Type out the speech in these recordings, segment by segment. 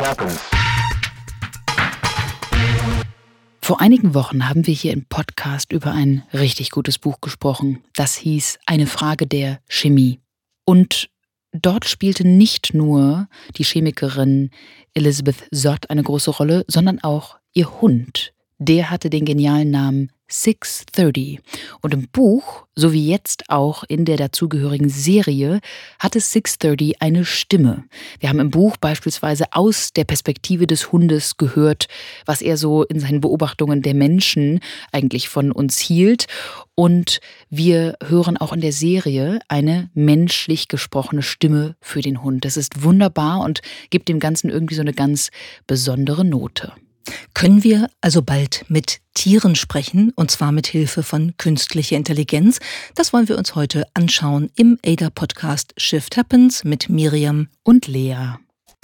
happens. Vor einigen Wochen haben wir hier im Podcast über ein richtig gutes Buch gesprochen. Das hieß Eine Frage der Chemie. Und dort spielte nicht nur die Chemikerin Elizabeth Zott eine große Rolle, sondern auch ihr Hund. Der hatte den genialen Namen 630. Und im Buch, so wie jetzt auch in der dazugehörigen Serie, hatte 630 eine Stimme. Wir haben im Buch beispielsweise aus der Perspektive des Hundes gehört, was er so in seinen Beobachtungen der Menschen eigentlich von uns hielt. Und wir hören auch in der Serie eine menschlich gesprochene Stimme für den Hund. Das ist wunderbar und gibt dem Ganzen irgendwie so eine ganz besondere Note. Können wir also bald mit Tieren sprechen, und zwar mit Hilfe von künstlicher Intelligenz? Das wollen wir uns heute anschauen im Ada-Podcast Shift Happens mit Miriam und Lea.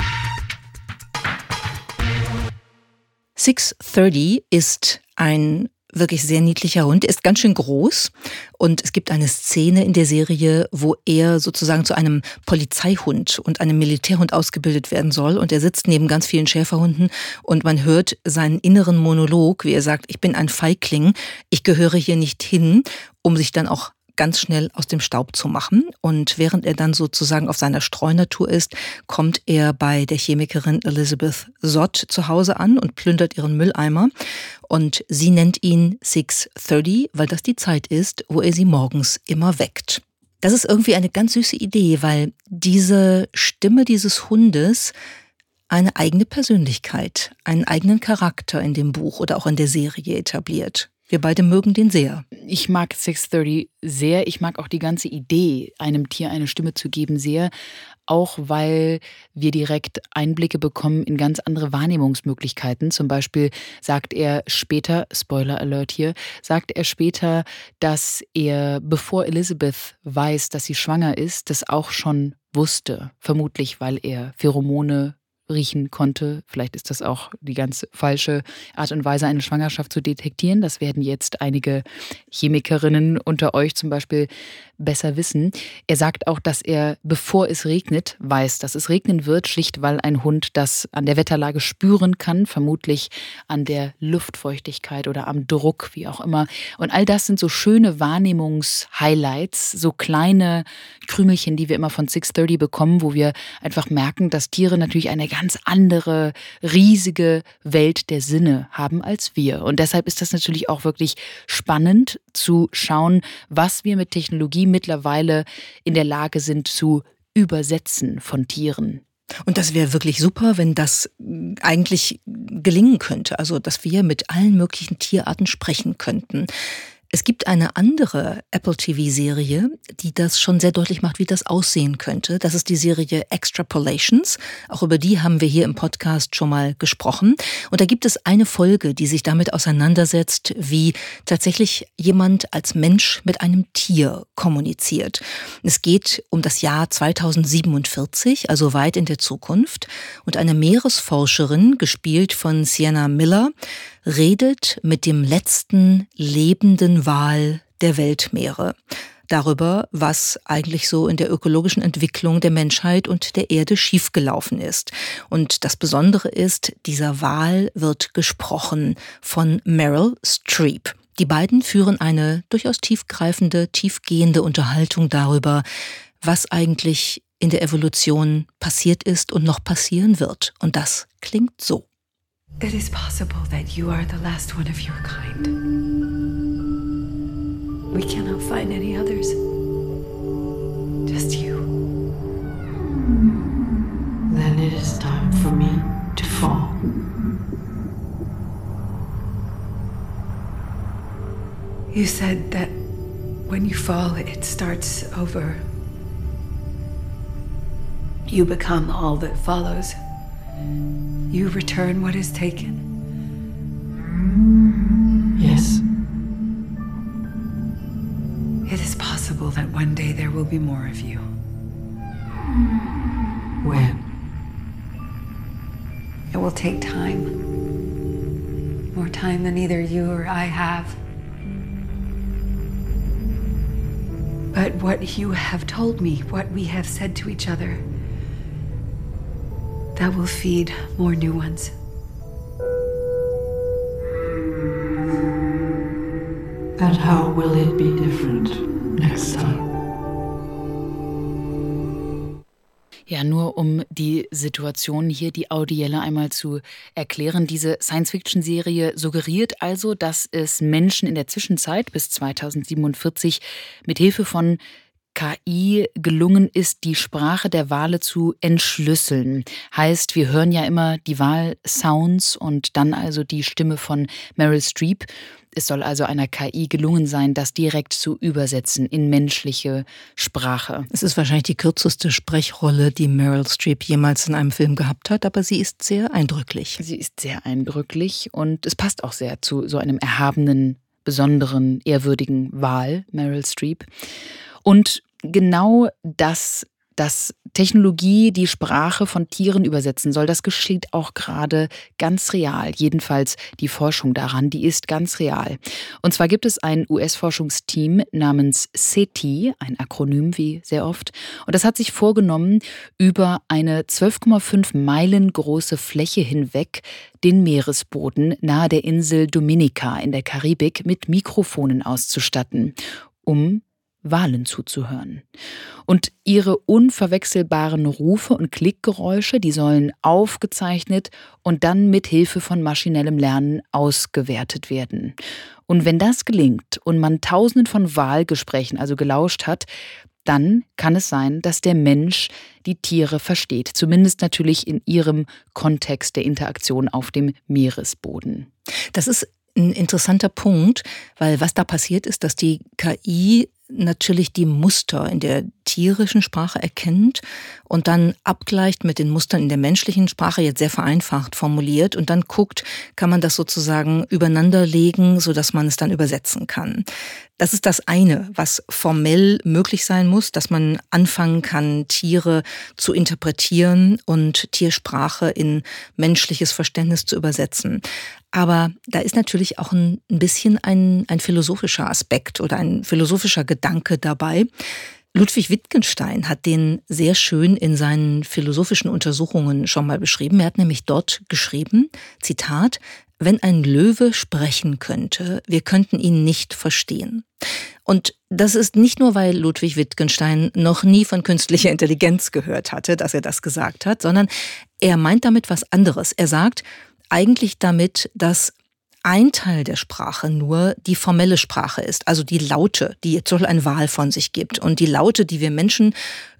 630 ist ein wirklich sehr niedlicher Hund, ist ganz schön groß und es gibt eine Szene in der Serie, wo er sozusagen zu einem Polizeihund und einem Militärhund ausgebildet werden soll und er sitzt neben ganz vielen Schäferhunden und man hört seinen inneren Monolog, wie er sagt, ich bin ein Feigling, ich gehöre hier nicht hin, um sich dann auch ganz schnell aus dem Staub zu machen. Und während er dann sozusagen auf seiner Streunertour ist, kommt er bei der Chemikerin Elizabeth Zott zu Hause an und plündert ihren Mülleimer. Und sie nennt ihn 630, weil das die Zeit ist, wo er sie morgens immer weckt. Das ist irgendwie eine ganz süße Idee, weil diese Stimme dieses Hundes eine eigene Persönlichkeit, einen eigenen Charakter in dem Buch oder auch in der Serie etabliert. Wir beide mögen den sehr. Ich mag 630 sehr. Ich mag auch die ganze Idee, einem Tier eine Stimme zu geben, sehr. Auch weil wir direkt Einblicke bekommen in ganz andere Wahrnehmungsmöglichkeiten. Zum Beispiel sagt er später, Spoiler Alert hier, sagt er später, dass er, bevor Elizabeth weiß, dass sie schwanger ist, das auch schon wusste. Vermutlich, weil er Pheromone riechen konnte. Vielleicht ist das auch die ganz falsche Art und Weise, eine Schwangerschaft zu detektieren. Das werden jetzt einige Chemikerinnen unter euch zum Beispiel besser wissen. Er sagt auch, dass er, bevor es regnet, weiß, dass es regnen wird, schlicht weil ein Hund das an der Wetterlage spüren kann, vermutlich an der Luftfeuchtigkeit oder am Druck, wie auch immer. Und all das sind so schöne Wahrnehmungs-Highlights, so kleine Krümelchen, die wir immer von 630 bekommen, wo wir einfach merken, dass Tiere natürlich eine ganz andere, riesige Welt der Sinne haben als wir. Und deshalb ist das natürlich auch wirklich spannend zu schauen, was wir mit Technologie mittlerweile in der Lage sind zu übersetzen von Tieren. Und das wäre wirklich super, wenn das eigentlich gelingen könnte. Also, dass wir mit allen möglichen Tierarten sprechen könnten. Es gibt eine andere Apple-TV-Serie, die das schon sehr deutlich macht, wie das aussehen könnte. Das ist die Serie Extrapolations. Auch über die haben wir hier im Podcast schon mal gesprochen. Und da gibt es eine Folge, die sich damit auseinandersetzt, wie tatsächlich jemand als Mensch mit einem Tier kommuniziert. Es geht um das Jahr 2047, also weit in der Zukunft. Und eine Meeresforscherin, gespielt von Sienna Miller, redet mit dem letzten lebenden Wal der Weltmeere darüber, was eigentlich so in der ökologischen Entwicklung der Menschheit und der Erde schiefgelaufen ist. Und das Besondere ist, dieser Wal wird gesprochen von Meryl Streep. Die beiden führen eine durchaus tiefgreifende, tiefgehende Unterhaltung darüber, was eigentlich in der Evolution passiert ist und noch passieren wird. Und das klingt so. It is possible that you are the last one of your kind. We cannot find any others. Just you. Then it is time for me to fall. You said that when you fall, it starts over. You become all that follows. You return what is taken. Yes. It is possible that one day there will be more of you. When? It will take time. More time than either you or I have. But what you have told me, what we have said to each other, that will feed more new ones. And how will it be different next time? Ja, nur um die Situation hier, die audielle, einmal zu erklären. Diese Science-Fiction-Serie suggeriert also, dass es Menschen in der Zwischenzeit bis 2047 mit Hilfe von KI gelungen ist, die Sprache der Wale zu entschlüsseln. Heißt, wir hören ja immer die Wal-Sounds und dann also die Stimme von Meryl Streep. Es soll also einer KI gelungen sein, das direkt zu übersetzen in menschliche Sprache. Es ist wahrscheinlich die kürzeste Sprechrolle, die Meryl Streep jemals in einem Film gehabt hat, aber sie ist sehr eindrücklich. Sie ist sehr eindrücklich und es passt auch sehr zu so einem erhabenen, besonderen, ehrwürdigen Wal, Meryl Streep. Und genau das, dass Technologie die Sprache von Tieren übersetzen soll, das geschieht auch gerade ganz real. Jedenfalls die Forschung daran, die ist ganz real. Und zwar gibt es ein US-Forschungsteam namens SETI, ein Akronym wie sehr oft. Und das hat sich vorgenommen, über eine 12,5 Meilen große Fläche hinweg den Meeresboden nahe der Insel Dominica in der Karibik mit Mikrofonen auszustatten, um Walen zuzuhören. Und ihre unverwechselbaren Rufe und Klickgeräusche, die sollen aufgezeichnet und dann mit Hilfe von maschinellem Lernen ausgewertet werden. Und wenn das gelingt und man Tausenden von Walgesprächen also gelauscht hat, dann kann es sein, dass der Mensch die Tiere versteht. Zumindest natürlich in ihrem Kontext der Interaktion auf dem Meeresboden. Das ist ein interessanter Punkt, weil was da passiert ist, dass die KI natürlich die Muster in der tierischen Sprache erkennt und dann abgleicht mit den Mustern in der menschlichen Sprache, jetzt sehr vereinfacht formuliert, und dann guckt, kann man das sozusagen übereinander legen, sodass man es dann übersetzen kann. Das ist das eine, was formell möglich sein muss, dass man anfangen kann, Tiere zu interpretieren und Tiersprache in menschliches Verständnis zu übersetzen. Aber da ist natürlich auch ein bisschen ein philosophischer Aspekt oder ein philosophischer Gedanke dabei. Ludwig Wittgenstein hat den sehr schön in seinen philosophischen Untersuchungen schon mal beschrieben. Er hat nämlich dort geschrieben, Zitat, wenn ein Löwe sprechen könnte, wir könnten ihn nicht verstehen. Und das ist nicht nur, weil Ludwig Wittgenstein noch nie von künstlicher Intelligenz gehört hatte, dass er das gesagt hat, sondern er meint damit was anderes. Er sagt eigentlich damit, dass ein Teil der Sprache nur die formelle Sprache ist, also die Laute, die zum Beispiel ein Wal von sich gibt und die Laute, die wir Menschen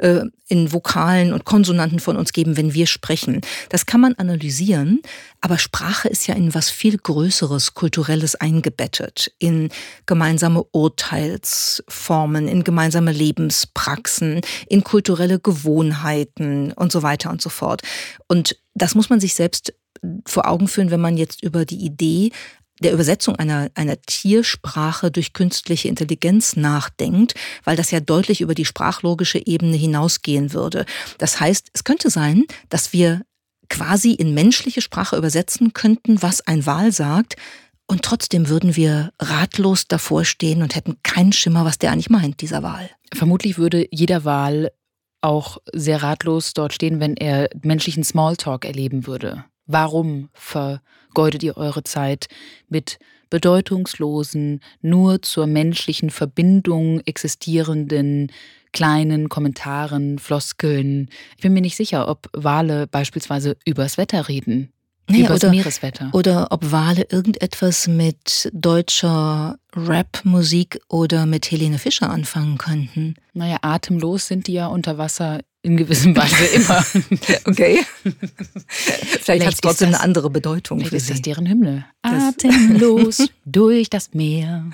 in Vokalen und Konsonanten von uns geben, wenn wir sprechen. Das kann man analysieren, aber Sprache ist ja in was viel Größeres, Kulturelles eingebettet, in gemeinsame Urteilsformen, in gemeinsame Lebenspraxen, in kulturelle Gewohnheiten und so weiter und so fort. Und das muss man sich selbst vor Augen führen, wenn man jetzt über die Idee der Übersetzung einer Tiersprache durch künstliche Intelligenz nachdenkt, weil das ja deutlich über die sprachlogische Ebene hinausgehen würde. Das heißt, es könnte sein, dass wir quasi in menschliche Sprache übersetzen könnten, was ein Wal sagt, und trotzdem würden wir ratlos davor stehen und hätten keinen Schimmer, was der eigentlich meint, dieser Wal. Vermutlich würde jeder Wal auch sehr ratlos dort stehen, wenn er menschlichen Smalltalk erleben würde. Warum vergeudet ihr eure Zeit mit bedeutungslosen, nur zur menschlichen Verbindung existierenden kleinen Kommentaren, Floskeln? Ich bin mir nicht sicher, ob Wale beispielsweise übers Wetter reden. Übers Meereswetter. Oder ob Wale irgendetwas mit deutscher Rap-Musik oder mit Helene Fischer anfangen könnten. Naja, atemlos sind die ja unter Wasser in gewisser Weise immer. Okay. Vielleicht hat es trotzdem eine andere Bedeutung. Vielleicht ist das deren Hymne. Atemlos durch das Meer.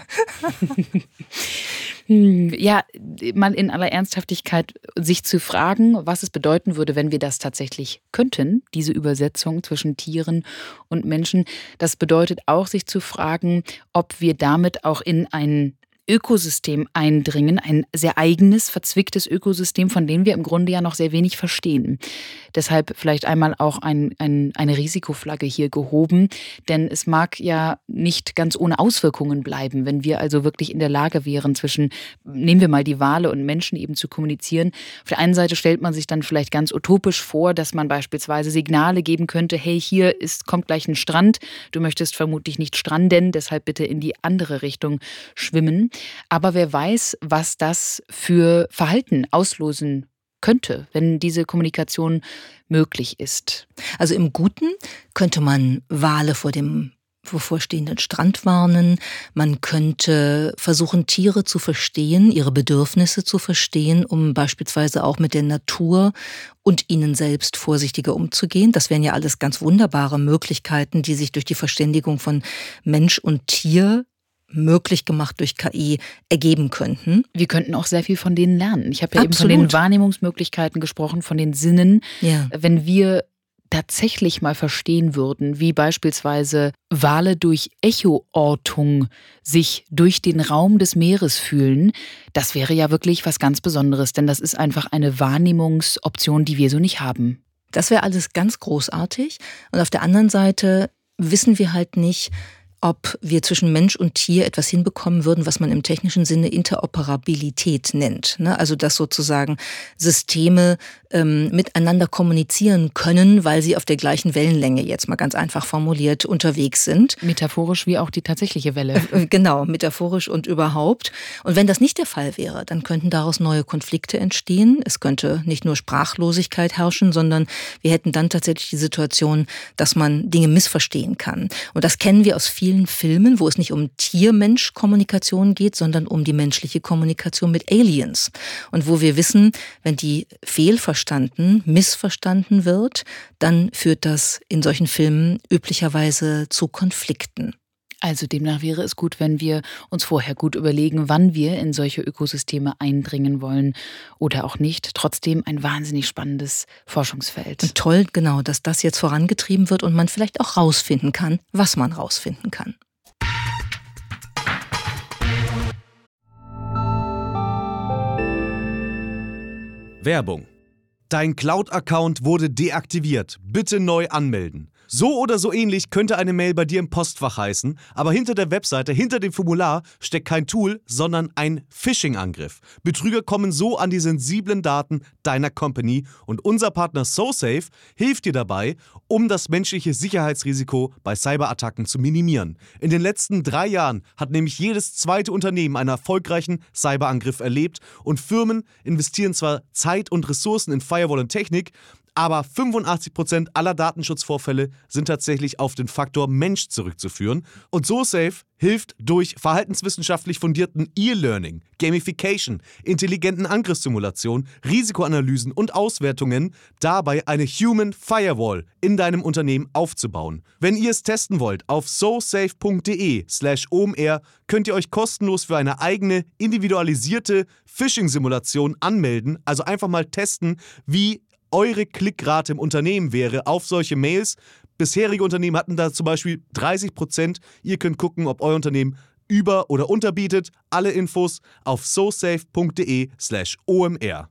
Ja, mal in aller Ernsthaftigkeit sich zu fragen, was es bedeuten würde, wenn wir das tatsächlich könnten, diese Übersetzung zwischen Tieren und Menschen. Das bedeutet auch, sich zu fragen, ob wir damit auch in ein Ökosystem eindringen, ein sehr eigenes, verzwicktes Ökosystem, von dem wir im Grunde ja noch sehr wenig verstehen. Deshalb vielleicht einmal auch eine Risikoflagge hier gehoben, denn es mag ja nicht ganz ohne Auswirkungen bleiben, wenn wir also wirklich in der Lage wären, nehmen wir mal die Wale und Menschen eben zu kommunizieren. Auf der einen Seite stellt man sich dann vielleicht ganz utopisch vor, dass man beispielsweise Signale geben könnte, hey, kommt gleich ein Strand, du möchtest vermutlich nicht stranden, deshalb bitte in die andere Richtung schwimmen. Aber wer weiß, was das für Verhalten auslösen könnte, wenn diese Kommunikation möglich ist. Also im Guten könnte man Wale vor dem bevorstehenden Strand warnen. Man könnte versuchen, Tiere zu verstehen, ihre Bedürfnisse zu verstehen, um beispielsweise auch mit der Natur und ihnen selbst vorsichtiger umzugehen. Das wären ja alles ganz wunderbare Möglichkeiten, die sich durch die Verständigung von Mensch und Tier möglich gemacht durch KI ergeben könnten. Wir könnten auch sehr viel von denen lernen. Ich habe ja eben von den Wahrnehmungsmöglichkeiten gesprochen, von den Sinnen. Ja. Wenn wir tatsächlich mal verstehen würden, wie beispielsweise Wale durch Echoortung sich durch den Raum des Meeres fühlen, das wäre ja wirklich was ganz Besonderes, denn das ist einfach eine Wahrnehmungsoption, die wir so nicht haben. Das wäre alles ganz großartig. Und auf der anderen Seite wissen wir halt nicht, ob wir zwischen Mensch und Tier etwas hinbekommen würden, was man im technischen Sinne Interoperabilität nennt. Also dass sozusagen Systeme miteinander kommunizieren können, weil sie auf der gleichen Wellenlänge, jetzt mal ganz einfach formuliert, unterwegs sind. Metaphorisch wie auch die tatsächliche Welle. Genau, metaphorisch und überhaupt. Und wenn das nicht der Fall wäre, dann könnten daraus neue Konflikte entstehen. Es könnte nicht nur Sprachlosigkeit herrschen, sondern wir hätten dann tatsächlich die Situation, dass man Dinge missverstehen kann. Und das kennen wir aus vielen Filmen, wo es nicht um Tier-Mensch-Kommunikation geht, sondern um die menschliche Kommunikation mit Aliens. Und wo wir wissen, wenn die missverstanden wird, dann führt das in solchen Filmen üblicherweise zu Konflikten. Also demnach wäre es gut, wenn wir uns vorher gut überlegen, wann wir in solche Ökosysteme eindringen wollen oder auch nicht. Trotzdem ein wahnsinnig spannendes Forschungsfeld. Und toll, genau, dass das jetzt vorangetrieben wird und man vielleicht auch rausfinden kann, was man rausfinden kann. Werbung. Dein Cloud-Account wurde deaktiviert. Bitte neu anmelden. So oder so ähnlich könnte eine Mail bei dir im Postfach heißen, aber hinter der Webseite, hinter dem Formular steckt kein Tool, sondern ein Phishing-Angriff. Betrüger kommen so an die sensiblen Daten deiner Company und unser Partner SoSafe hilft dir dabei, um das menschliche Sicherheitsrisiko bei Cyberattacken zu minimieren. In den letzten 3 Jahren hat nämlich jedes zweite Unternehmen einen erfolgreichen Cyberangriff erlebt und Firmen investieren zwar Zeit und Ressourcen in Firewall und Technik, aber 85% aller Datenschutzvorfälle sind tatsächlich auf den Faktor Mensch zurückzuführen. Und SoSafe hilft durch verhaltenswissenschaftlich fundierten E-Learning, Gamification, intelligenten Angriffssimulationen, Risikoanalysen und Auswertungen dabei eine Human Firewall in deinem Unternehmen aufzubauen. Wenn ihr es testen wollt, auf sosafe.de/omr könnt ihr euch kostenlos für eine eigene individualisierte Phishing-Simulation anmelden. Also einfach mal testen, wie eure Klickrate im Unternehmen wäre auf solche Mails. Bisherige Unternehmen hatten da zum Beispiel 30%. Ihr könnt gucken, ob euer Unternehmen über- oder unterbietet. Alle Infos auf sosafe.de/omr.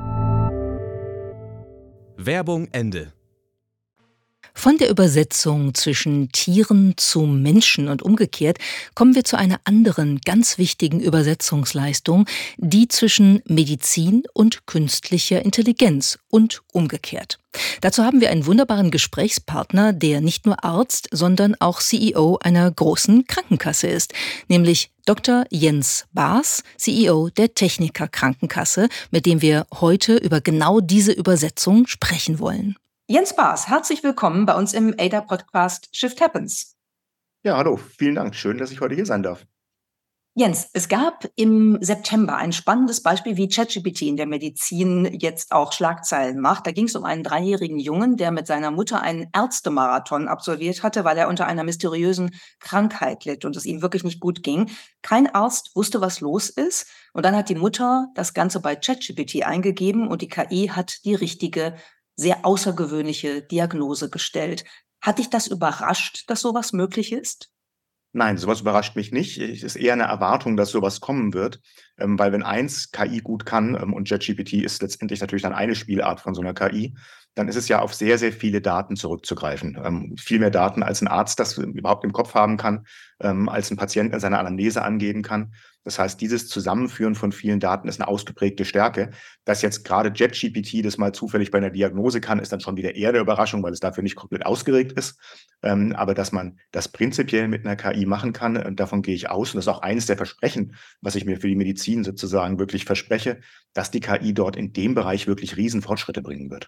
Werbung Ende. Von der Übersetzung zwischen Tieren zu Menschen und umgekehrt kommen wir zu einer anderen ganz wichtigen Übersetzungsleistung, die zwischen Medizin und künstlicher Intelligenz und umgekehrt. Dazu haben wir einen wunderbaren Gesprächspartner, der nicht nur Arzt, sondern auch CEO einer großen Krankenkasse ist, nämlich Dr. Jens Baas, CEO der Techniker Krankenkasse, mit dem wir heute über genau diese Übersetzung sprechen wollen. Jens Baas, herzlich willkommen bei uns im ADA-Podcast Shift Happens. Ja, hallo, vielen Dank. Schön, dass ich heute hier sein darf. Jens, es gab im September ein spannendes Beispiel, wie ChatGPT in der Medizin jetzt auch Schlagzeilen macht. Da ging es um einen 3-jährigen Jungen, der mit seiner Mutter einen Ärztemarathon absolviert hatte, weil er unter einer mysteriösen Krankheit litt und es ihm wirklich nicht gut ging. Kein Arzt wusste, was los ist. Und dann hat die Mutter das Ganze bei ChatGPT eingegeben und die KI hat die richtige, sehr außergewöhnliche Diagnose gestellt. Hat dich das überrascht, dass sowas möglich ist? Nein, sowas überrascht mich nicht. Es ist eher eine Erwartung, dass sowas kommen wird, weil wenn eins KI gut kann, und ChatGPT ist letztendlich natürlich dann eine Spielart von so einer KI, dann ist es ja auf sehr, sehr viele Daten zurückzugreifen. Viel mehr Daten, als ein Arzt das überhaupt im Kopf haben kann, als ein Patient in seiner Anamnese angeben kann. Das heißt, dieses Zusammenführen von vielen Daten ist eine ausgeprägte Stärke. Dass jetzt gerade ChatGPT das mal zufällig bei einer Diagnose kann, ist dann schon wieder eher eine Überraschung, weil es dafür nicht komplett ausgeregt ist. Aber dass man das prinzipiell mit einer KI machen kann, davon gehe ich aus. Und das ist auch eines der Versprechen, was ich mir für die Medizin sozusagen wirklich verspreche, dass die KI dort in dem Bereich wirklich Riesenfortschritte bringen wird.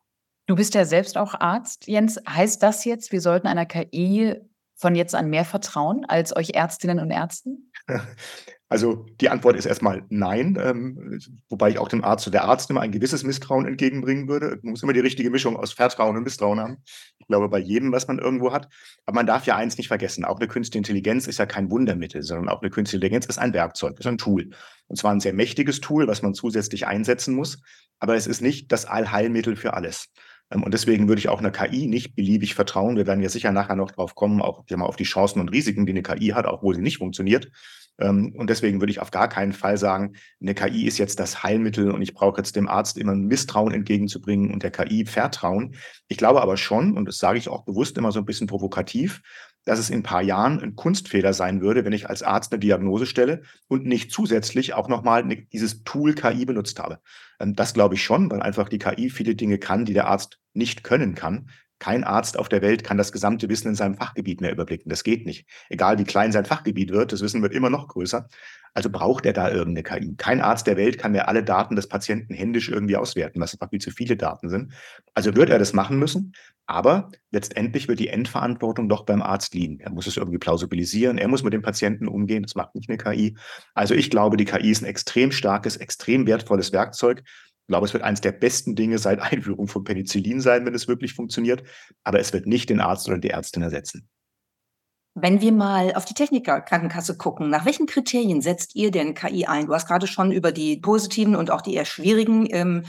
Du bist ja selbst auch Arzt, Jens. Heißt das jetzt, wir sollten einer KI von jetzt an mehr vertrauen als euch Ärztinnen und Ärzten? Also die Antwort ist erstmal nein, wobei ich auch dem Arzt oder der Arzt immer ein gewisses Misstrauen entgegenbringen würde. Man muss immer die richtige Mischung aus Vertrauen und Misstrauen haben. Ich glaube, bei jedem, was man irgendwo hat. Aber man darf ja eins nicht vergessen, auch eine künstliche Intelligenz ist ja kein Wundermittel, sondern auch eine künstliche Intelligenz ist ein Werkzeug, ist ein Tool. Und zwar ein sehr mächtiges Tool, was man zusätzlich einsetzen muss. Aber es ist nicht das Allheilmittel für alles. Und deswegen würde ich auch einer KI nicht beliebig vertrauen. Wir werden ja sicher nachher noch drauf kommen, auch mal auf die Chancen und Risiken, die eine KI hat, auch wo sie nicht funktioniert. Und deswegen würde ich auf gar keinen Fall sagen, eine KI ist jetzt das Heilmittel und ich brauche jetzt dem Arzt immer ein Misstrauen entgegenzubringen und der KI Vertrauen. Ich glaube aber schon, und das sage ich auch bewusst immer so ein bisschen provokativ, dass es in ein paar Jahren ein Kunstfehler sein würde, wenn ich als Arzt eine Diagnose stelle und nicht zusätzlich auch nochmal dieses Tool KI benutzt habe. Das glaube ich schon, weil einfach die KI viele Dinge kann, die der Arzt nicht können kann. Kein Arzt auf der Welt kann das gesamte Wissen in seinem Fachgebiet mehr überblicken. Das geht nicht. Egal wie klein sein Fachgebiet wird, das Wissen wird immer noch größer. Also braucht er da irgendeine KI. Kein Arzt der Welt kann mehr alle Daten des Patienten händisch irgendwie auswerten, was einfach viel zu viele Daten sind. Also wird er das machen müssen. Aber letztendlich wird die Endverantwortung doch beim Arzt liegen. Er muss es irgendwie plausibilisieren. Er muss mit dem Patienten umgehen. Das macht nicht eine KI. Also ich glaube, die KI ist ein extrem starkes, extrem wertvolles Werkzeug. Ich glaube, es wird eines der besten Dinge seit Einführung von Penicillin sein, wenn es wirklich funktioniert. Aber es wird nicht den Arzt oder die Ärztin ersetzen. Wenn wir mal auf die Techniker-Krankenkasse gucken, nach welchen Kriterien setzt ihr denn KI ein? Du hast gerade schon über die positiven und auch die eher schwierigen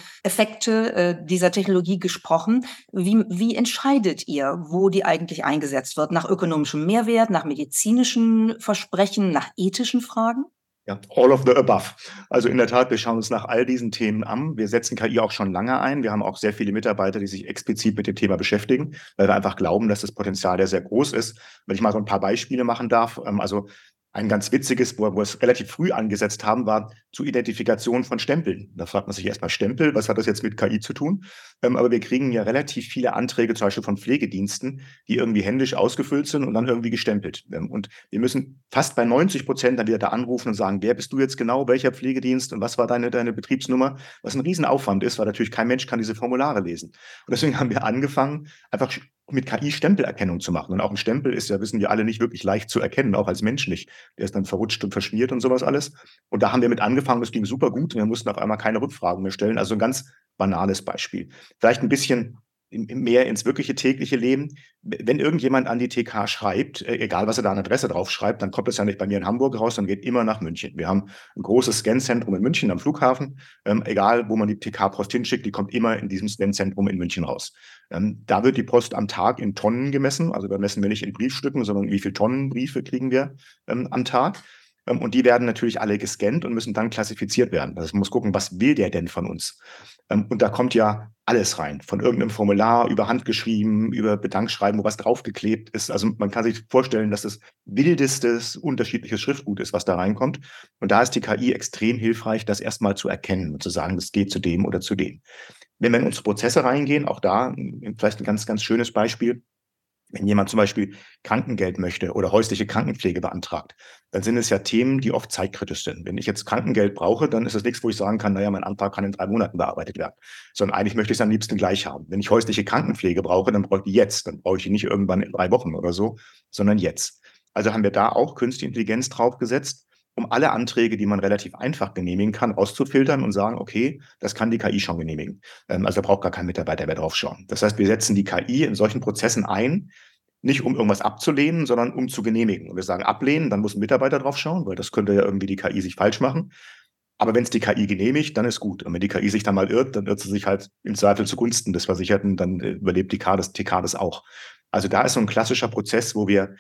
Effekte dieser Technologie gesprochen. Wie entscheidet ihr, wo die eigentlich eingesetzt wird? Nach ökonomischem Mehrwert, nach medizinischen Versprechen, nach ethischen Fragen? Ja, all of the above. Also in der Tat, wir schauen uns nach all diesen Themen an. Wir setzen KI auch schon lange ein. Wir haben auch sehr viele Mitarbeiter, die sich explizit mit dem Thema beschäftigen, weil wir einfach glauben, dass das Potenzial ja sehr groß ist. Wenn ich mal so ein paar Beispiele machen darf, also ein ganz witziges, wo wir es relativ früh angesetzt haben, war zur Identifikation von Stempeln. Da fragt man sich erstmal Stempel, was hat das jetzt mit KI zu tun? Aber wir kriegen ja relativ viele Anträge, zum Beispiel von Pflegediensten, die irgendwie händisch ausgefüllt sind und dann irgendwie gestempelt. Und wir müssen fast bei 90% dann wieder da anrufen und sagen, wer bist du jetzt genau, welcher Pflegedienst und was war deine Betriebsnummer? Was ein Riesenaufwand ist, weil natürlich kein Mensch kann diese Formulare lesen. Und deswegen haben wir angefangen, einfach mit KI Stempelerkennung zu machen. Und auch ein Stempel ist ja, wissen wir alle, nicht wirklich leicht zu erkennen, auch als Mensch nicht. Der ist dann verrutscht und verschmiert und sowas alles. Und da haben wir mit angefangen, das ging super gut. Wir mussten auf einmal keine Rückfragen mehr stellen. Also ein ganz banales Beispiel. Vielleicht ein bisschen mehr ins wirkliche tägliche Leben. Wenn irgendjemand an die TK schreibt, egal was er da an Adresse drauf schreibt, dann kommt das ja nicht bei mir in Hamburg raus, dann geht immer nach München. Wir haben ein großes Scanzentrum in München am Flughafen. Egal, wo man die TK-Post hinschickt, die kommt immer in diesem Scanzentrum in München raus. Da wird die Post am Tag in Tonnen gemessen. Also da messen wir nicht in Briefstücken, sondern wie viele Tonnen Briefe kriegen wir am Tag. Und die werden natürlich alle gescannt und müssen dann klassifiziert werden. Also man muss gucken, was will der denn von uns? Und da kommt ja alles rein, von irgendeinem Formular, über handgeschrieben, über Bedankschreiben, wo was draufgeklebt ist. Also man kann sich vorstellen, dass das wildestes, unterschiedliches Schriftgut ist, was da reinkommt. Und da ist die KI extrem hilfreich, das erstmal zu erkennen und zu sagen, das geht zu dem oder zu dem. Wenn wir in unsere Prozesse reingehen, auch da vielleicht ein ganz, ganz schönes Beispiel. Wenn jemand zum Beispiel Krankengeld möchte oder häusliche Krankenpflege beantragt, dann sind es ja Themen, die oft zeitkritisch sind. Wenn ich jetzt Krankengeld brauche, dann ist es nichts, wo ich sagen kann, naja, mein Antrag kann in 3 Monaten bearbeitet werden. Sondern eigentlich möchte ich es am liebsten gleich haben. Wenn ich häusliche Krankenpflege brauche, dann brauche ich die jetzt. Dann brauche ich die nicht irgendwann in 3 Wochen oder so, sondern jetzt. Also haben wir da auch künstliche Intelligenz draufgesetzt, um alle Anträge, die man relativ einfach genehmigen kann, rauszufiltern und sagen, okay, das kann die KI schon genehmigen. Also da braucht gar kein Mitarbeiter mehr drauf schauen. Das heißt, wir setzen die KI in solchen Prozessen ein, nicht um irgendwas abzulehnen, sondern um zu genehmigen. Und wir sagen ablehnen, dann muss ein Mitarbeiter drauf schauen, weil das könnte ja irgendwie die KI sich falsch machen. Aber wenn es die KI genehmigt, dann ist gut. Und wenn die KI sich dann mal irrt, dann irrt sie sich halt im Zweifel zugunsten des Versicherten, dann überlebt die TK das auch. Also da ist so ein klassischer Prozess, wo wir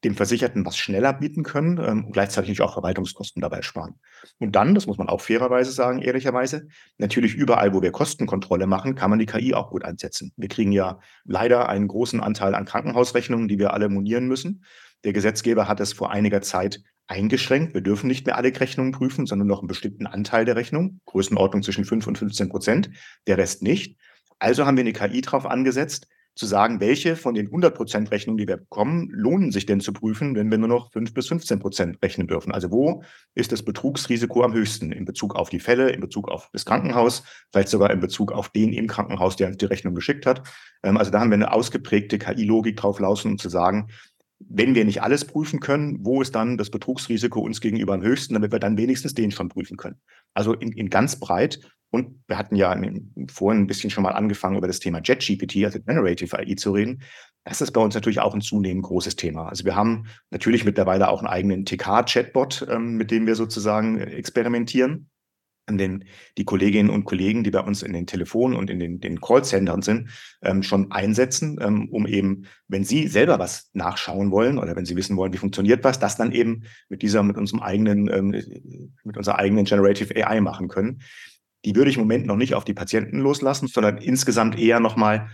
dem Versicherten was schneller bieten können und gleichzeitig natürlich auch Verwaltungskosten dabei sparen. Und dann, das muss man auch fairerweise sagen, ehrlicherweise, natürlich überall, wo wir Kostenkontrolle machen, kann man die KI auch gut einsetzen. Wir kriegen ja leider einen großen Anteil an Krankenhausrechnungen, die wir alle monieren müssen. Der Gesetzgeber hat es vor einiger Zeit eingeschränkt. Wir dürfen nicht mehr alle Rechnungen prüfen, sondern noch einen bestimmten Anteil der Rechnung, Größenordnung zwischen 5 und 15%, der Rest nicht. Also haben wir eine KI drauf angesetzt, zu sagen, welche von den 100% Rechnungen, die wir bekommen, lohnen sich denn zu prüfen, wenn wir nur noch 5 bis 15% rechnen dürfen. Also wo ist das Betrugsrisiko am höchsten in Bezug auf die Fälle, in Bezug auf das Krankenhaus, vielleicht sogar in Bezug auf den im Krankenhaus, der uns die Rechnung geschickt hat. Also da haben wir eine ausgeprägte KI-Logik drauf laufen, um zu sagen, wenn wir nicht alles prüfen können, wo ist dann das Betrugsrisiko uns gegenüber am höchsten, damit wir dann wenigstens den schon prüfen können. Also in ganz breit. Und wir hatten ja vorhin ein bisschen schon mal angefangen, über das Thema JetGPT, also Generative AI, zu reden. Das ist bei uns natürlich auch ein zunehmend großes Thema. Also wir haben natürlich mittlerweile auch einen eigenen TK-Chatbot, mit dem wir sozusagen experimentieren. Die Kolleginnen und Kollegen, die bei uns in den Telefonen und in den Callcentern sind, schon einsetzen, um eben, wenn sie selber was nachschauen wollen oder wenn sie wissen wollen, wie funktioniert was, das dann eben mit unserer eigenen Generative AI machen können. Die würde ich im Moment noch nicht auf die Patienten loslassen, sondern insgesamt eher nochmal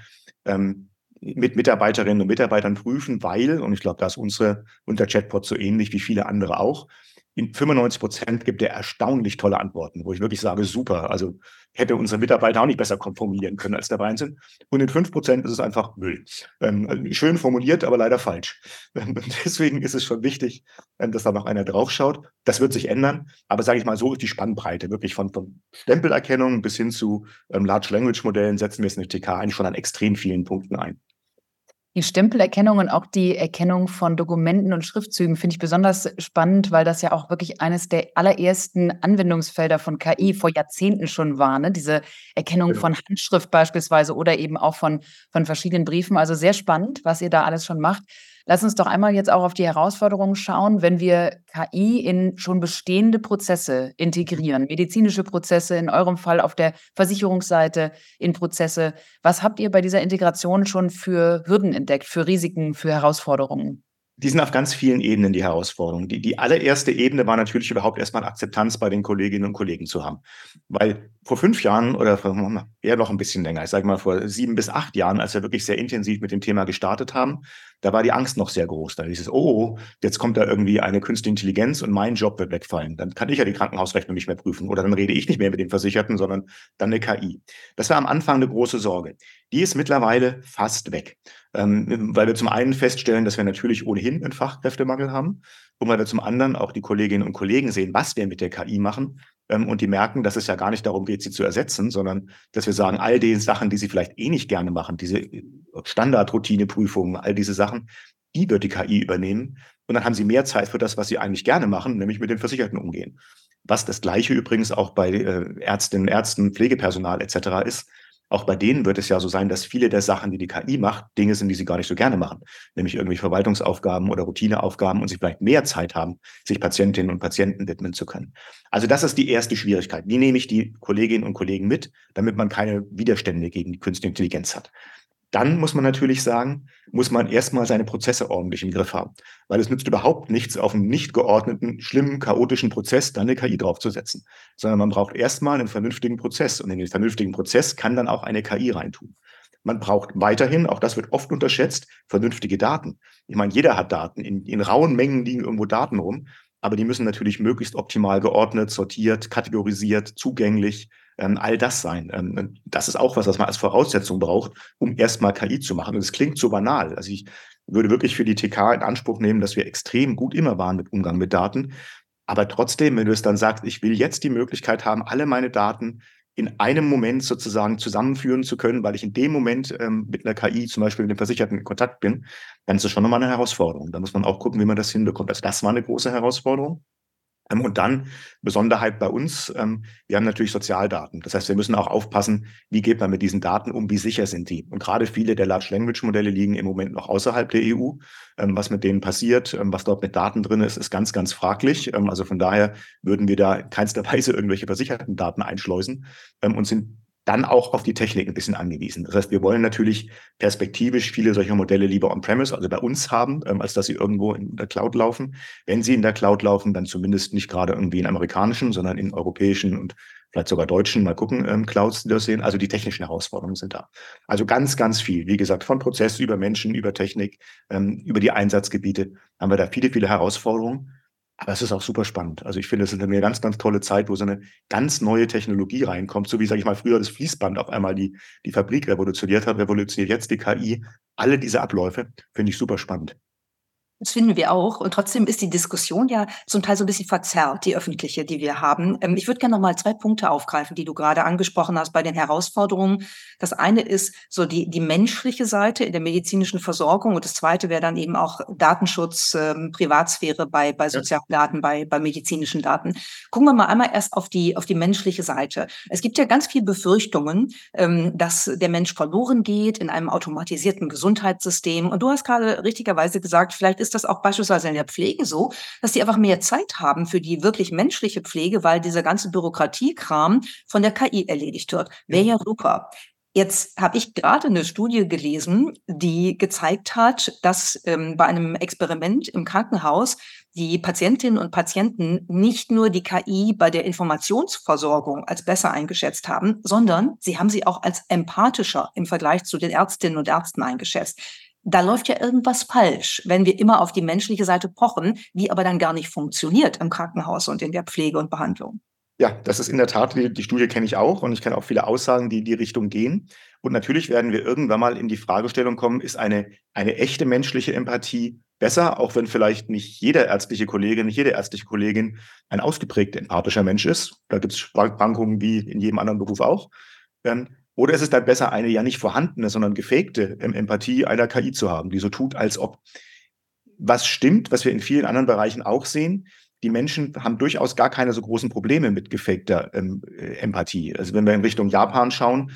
mit Mitarbeiterinnen und Mitarbeitern prüfen, weil, und ich glaube, da ist unser Chatbot so ähnlich wie viele andere auch, in 95% gibt er erstaunlich tolle Antworten, wo ich wirklich sage, super, also hätte unsere Mitarbeiter auch nicht besser formulieren können, als dabei sind. Und in 5% ist es einfach Müll. Also schön formuliert, aber leider falsch. Deswegen ist es schon wichtig, dass da noch einer draufschaut. Das wird sich ändern, aber sage ich mal, so ist die Spannbreite, wirklich von Stempelerkennung bis hin zu Large Language Modellen setzen wir es in der TK eigentlich schon an extrem vielen Punkten ein. Die Stempelerkennung und auch die Erkennung von Dokumenten und Schriftzügen finde ich besonders spannend, weil das ja auch wirklich eines der allerersten Anwendungsfelder von KI vor Jahrzehnten schon war, ne? Diese Erkennung Genau. von Handschrift beispielsweise oder eben auch von verschiedenen Briefen. Also sehr spannend, was ihr da alles schon macht. Lass uns doch einmal jetzt auch auf die Herausforderungen schauen, wenn wir KI in schon bestehende Prozesse integrieren, medizinische Prozesse, in eurem Fall auf der Versicherungsseite in Prozesse. Was habt ihr bei dieser Integration schon für Hürden entdeckt, für Risiken, für Herausforderungen? Die sind auf ganz vielen Ebenen die Herausforderung. Die allererste Ebene war natürlich überhaupt erstmal Akzeptanz bei den Kolleginnen und Kollegen zu haben. Weil vor 5 Jahren oder eher noch ein bisschen länger, ich sage mal vor 7 bis 8 Jahren, als wir wirklich sehr intensiv mit dem Thema gestartet haben, da war die Angst noch sehr groß. Da hieß es, oh, jetzt kommt da irgendwie eine künstliche Intelligenz und mein Job wird wegfallen. Dann kann ich ja die Krankenhausrechnung nicht mehr prüfen oder dann rede ich nicht mehr mit den Versicherten, sondern dann eine KI. Das war am Anfang eine große Sorge. Die ist mittlerweile fast weg. Weil wir zum einen feststellen, dass wir natürlich ohnehin einen Fachkräftemangel haben und weil wir zum anderen auch die Kolleginnen und Kollegen sehen, was wir mit der KI machen und die merken, dass es ja gar nicht darum geht, sie zu ersetzen, sondern dass wir sagen, all die Sachen, die sie vielleicht eh nicht gerne machen, diese Standardroutineprüfungen, all diese Sachen, die wird die KI übernehmen und dann haben sie mehr Zeit für das, was sie eigentlich gerne machen, nämlich mit den Versicherten umgehen. Was das Gleiche übrigens auch bei Ärztinnen, Ärzten, Pflegepersonal etc. ist. Auch bei denen wird es ja so sein, dass viele der Sachen, die die KI macht, Dinge sind, die sie gar nicht so gerne machen. Nämlich irgendwelche Verwaltungsaufgaben oder Routineaufgaben und sie vielleicht mehr Zeit haben, sich Patientinnen und Patienten widmen zu können. Also das ist die erste Schwierigkeit. Wie nehme ich die Kolleginnen und Kollegen mit, damit man keine Widerstände gegen die künstliche Intelligenz hat? Dann muss man natürlich sagen, muss man erstmal seine Prozesse ordentlich im Griff haben. Weil es nützt überhaupt nichts, auf einen nicht geordneten, schlimmen, chaotischen Prozess dann eine KI draufzusetzen. Sondern man braucht erstmal einen vernünftigen Prozess. Und in den vernünftigen Prozess kann dann auch eine KI reintun. Man braucht weiterhin, auch das wird oft unterschätzt, vernünftige Daten. Ich meine, jeder hat Daten. In rauen Mengen liegen irgendwo Daten rum. Aber die müssen natürlich möglichst optimal geordnet, sortiert, kategorisiert, zugänglich, all das sein. Das ist auch was man als Voraussetzung braucht, um erstmal KI zu machen. Und es klingt so banal. Also ich würde wirklich für die TK in Anspruch nehmen, dass wir extrem gut immer waren mit Umgang mit Daten. Aber trotzdem, wenn du es dann sagst, ich will jetzt die Möglichkeit haben, alle meine Daten in einem Moment sozusagen zusammenführen zu können, weil ich in dem Moment mit einer KI, zum Beispiel mit dem Versicherten, in Kontakt bin, dann ist das schon nochmal eine Herausforderung. Da muss man auch gucken, wie man das hinbekommt. Also das war eine große Herausforderung. Und dann Besonderheit bei uns, wir haben natürlich Sozialdaten. Das heißt, wir müssen auch aufpassen, wie geht man mit diesen Daten um, wie sicher sind die. Und gerade viele der Large Language Modelle liegen im Moment noch außerhalb der EU. Was mit denen passiert, was dort mit Daten drin ist, ist ganz, ganz fraglich. Also von daher würden wir da in keinster Weise irgendwelche versicherten Daten einschleusen und sind dann auch auf die Technik ein bisschen angewiesen. Das heißt, wir wollen natürlich perspektivisch viele solcher Modelle lieber on-premise, also bei uns haben, als dass sie irgendwo in der Cloud laufen. Wenn sie in der Cloud laufen, dann zumindest nicht gerade irgendwie in amerikanischen, sondern in europäischen und vielleicht sogar deutschen, mal gucken, Clouds, die das sehen. Also die technischen Herausforderungen sind da. Also ganz, ganz viel. Wie gesagt, von Prozess über Menschen, über Technik, über die Einsatzgebiete haben wir da viele, viele Herausforderungen. Aber es ist auch super spannend. Also ich finde, es ist eine ganz, ganz tolle Zeit, wo so eine ganz neue Technologie reinkommt, so wie, sage ich mal, früher das Fließband auf einmal die Fabrik revolutioniert hat, revolutioniert jetzt die KI. Alle diese Abläufe finde ich super spannend. Das finden wir auch. Und trotzdem ist die Diskussion ja zum Teil so ein bisschen verzerrt, die öffentliche, die wir haben. Ich würde gerne noch mal 2 Punkte aufgreifen, die du gerade angesprochen hast bei den Herausforderungen. Das eine ist so die menschliche Seite in der medizinischen Versorgung und das zweite wäre dann eben auch Datenschutz, Privatsphäre bei Ja. sozialen Daten, bei medizinischen Daten. Gucken wir mal einmal erst auf die menschliche Seite. Es gibt ja ganz viele Befürchtungen, dass der Mensch verloren geht in einem automatisierten Gesundheitssystem. Und du hast gerade richtigerweise gesagt, vielleicht ist das auch beispielsweise in der Pflege so, dass die einfach mehr Zeit haben für die wirklich menschliche Pflege, weil dieser ganze Bürokratiekram von der KI erledigt wird. Wäre ja super. Jetzt habe ich gerade eine Studie gelesen, die gezeigt hat, dass bei einem Experiment im Krankenhaus die Patientinnen und Patienten nicht nur die KI bei der Informationsversorgung als besser eingeschätzt haben, sondern sie haben sie auch als empathischer im Vergleich zu den Ärztinnen und Ärzten eingeschätzt. Da läuft ja irgendwas falsch, wenn wir immer auf die menschliche Seite pochen, die aber dann gar nicht funktioniert im Krankenhaus und in der Pflege und Behandlung. Ja, das ist in der Tat, die Studie kenne ich auch und ich kenne auch viele Aussagen, die in die Richtung gehen. Und natürlich werden wir irgendwann mal in die Fragestellung kommen, ist eine echte menschliche Empathie besser, auch wenn vielleicht nicht jeder ärztliche Kollege, nicht jede ärztliche Kollegin ein ausgeprägt empathischer Mensch ist. Da gibt es Schwankungen wie in jedem anderen Beruf auch. Oder ist es dann besser, eine ja nicht vorhandene, sondern gefakte Empathie einer KI zu haben, die so tut, als ob. Was stimmt, was wir in vielen anderen Bereichen auch sehen, die Menschen haben durchaus gar keine so großen Probleme mit gefakter Empathie. Also wenn wir in Richtung Japan schauen,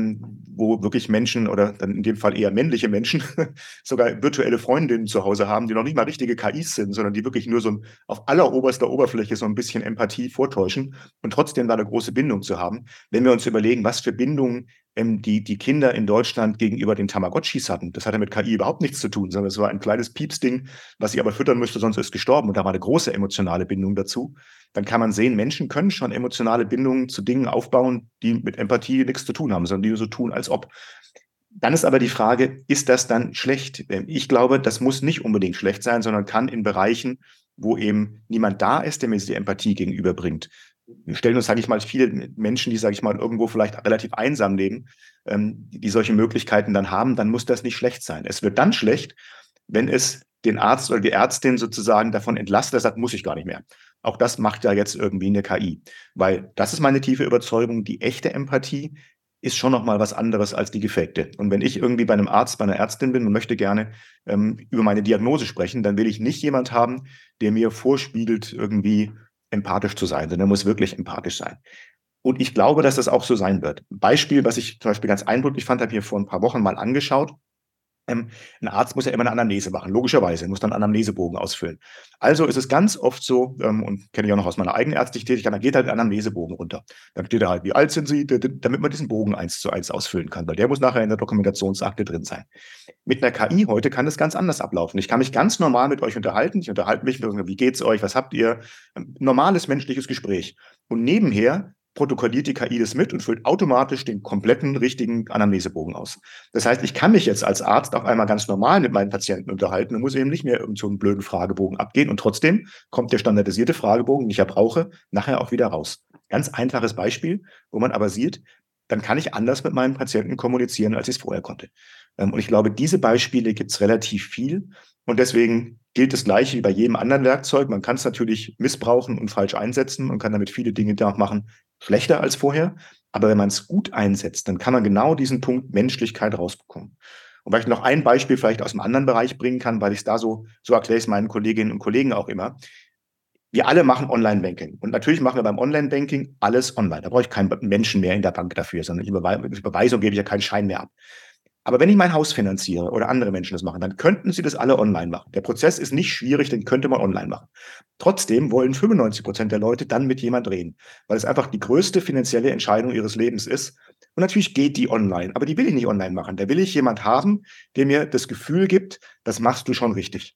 wo wirklich Menschen oder dann in dem Fall eher männliche Menschen sogar virtuelle Freundinnen zu Hause haben, die noch nicht mal richtige KIs sind, sondern die wirklich nur so auf alleroberster Oberfläche so ein bisschen Empathie vortäuschen und trotzdem da eine große Bindung zu haben. Wenn wir uns überlegen, was für Bindungen die Kinder in Deutschland gegenüber den Tamagotchis hatten, das hatte mit KI überhaupt nichts zu tun, sondern es war ein kleines Piepsding, was sie aber füttern müsste, sonst ist gestorben. Und da war eine große emotionale Bindung dazu. Dann kann man sehen, Menschen können schon emotionale Bindungen zu Dingen aufbauen, die mit Empathie nichts zu tun haben, sondern die so tun, als ob. Dann ist aber die Frage, ist das dann schlecht? Ich glaube, das muss nicht unbedingt schlecht sein, sondern kann in Bereichen, wo eben niemand da ist, der mir die Empathie gegenüberbringt. Wir stellen uns, sage ich mal, viele Menschen, die, sage ich mal, irgendwo vielleicht relativ einsam leben, die solche Möglichkeiten dann haben, dann muss das nicht schlecht sein. Es wird dann schlecht, wenn es den Arzt oder die Ärztin sozusagen davon entlastet, er sagt, muss ich gar nicht mehr. Auch das macht ja jetzt irgendwie eine KI. Weil das ist meine tiefe Überzeugung, die echte Empathie ist schon noch mal was anderes als die gefakte. Und wenn ich irgendwie bei einem Arzt, bei einer Ärztin bin und möchte gerne über meine Diagnose sprechen, dann will ich nicht jemand haben, der mir vorspiegelt, irgendwie empathisch zu sein, sondern er muss wirklich empathisch sein. Und ich glaube, dass das auch so sein wird. Ein Beispiel, was ich zum Beispiel ganz eindrücklich fand, habe ich mir vor ein paar Wochen mal angeschaut. Ein Arzt muss ja immer eine Anamnese machen, logischerweise, muss dann einen Anamnesebogen ausfüllen. Also ist es ganz oft so, und kenne ich auch noch aus meiner eigenen ärztlichen Tätigkeit, dann geht halt der Anamnesebogen runter. Dann steht da halt, wie alt sind Sie, damit man diesen Bogen 1:1 ausfüllen kann, weil der muss nachher in der Dokumentationsakte drin sein. Mit einer KI heute kann das ganz anders ablaufen. Ich kann mich ganz normal mit euch unterhalten. Ich unterhalte mich, wie geht's euch, was habt ihr? Normales menschliches Gespräch. Und nebenher protokolliert die KI das mit und füllt automatisch den kompletten richtigen Anamnesebogen aus. Das heißt, ich kann mich jetzt als Arzt auf einmal ganz normal mit meinen Patienten unterhalten und muss eben nicht mehr irgend so einen blöden Fragebogen abgehen. Und trotzdem kommt der standardisierte Fragebogen, den ich ja brauche, nachher auch wieder raus. Ganz einfaches Beispiel, wo man aber sieht, dann kann ich anders mit meinen Patienten kommunizieren, als ich es vorher konnte. Und ich glaube, diese Beispiele gibt es relativ viel. Und deswegen gilt das Gleiche wie bei jedem anderen Werkzeug. Man kann es natürlich missbrauchen und falsch einsetzen und kann damit viele Dinge machen, schlechter als vorher. Aber wenn man es gut einsetzt, dann kann man genau diesen Punkt Menschlichkeit rausbekommen. Und weil ich noch ein Beispiel vielleicht aus einem anderen Bereich bringen kann, weil ich es da so erkläre ich es meinen Kolleginnen und Kollegen auch immer. Wir alle machen Online-Banking. Und natürlich machen wir beim Online-Banking alles online. Da brauche ich keinen Menschen mehr in der Bank dafür, sondern Überweisung gebe ich ja keinen Schein mehr ab. Aber wenn ich mein Haus finanziere oder andere Menschen das machen, dann könnten sie das alle online machen. Der Prozess ist nicht schwierig, den könnte man online machen. Trotzdem wollen 95% der Leute dann mit jemand reden, weil es einfach die größte finanzielle Entscheidung ihres Lebens ist. Und natürlich geht die online, aber die will ich nicht online machen. Da will ich jemand haben, der mir das Gefühl gibt, das machst du schon richtig.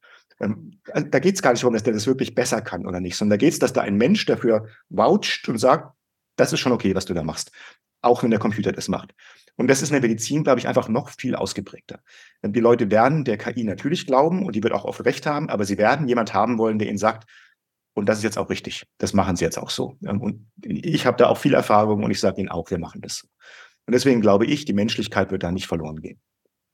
Da geht es gar nicht darum, dass der das wirklich besser kann oder nicht, sondern da geht es, dass da ein Mensch dafür voucht und sagt, das ist schon okay, was du da machst, auch wenn der Computer das macht. Und das ist in der Medizin, glaube ich, einfach noch viel ausgeprägter. Die Leute werden der KI natürlich glauben und die wird auch oft recht haben, aber sie werden jemand haben wollen, der ihnen sagt, und das ist jetzt auch richtig, das machen sie jetzt auch so. Und ich habe da auch viel Erfahrung und ich sage ihnen auch, wir machen das. Und deswegen glaube ich, die Menschlichkeit wird da nicht verloren gehen.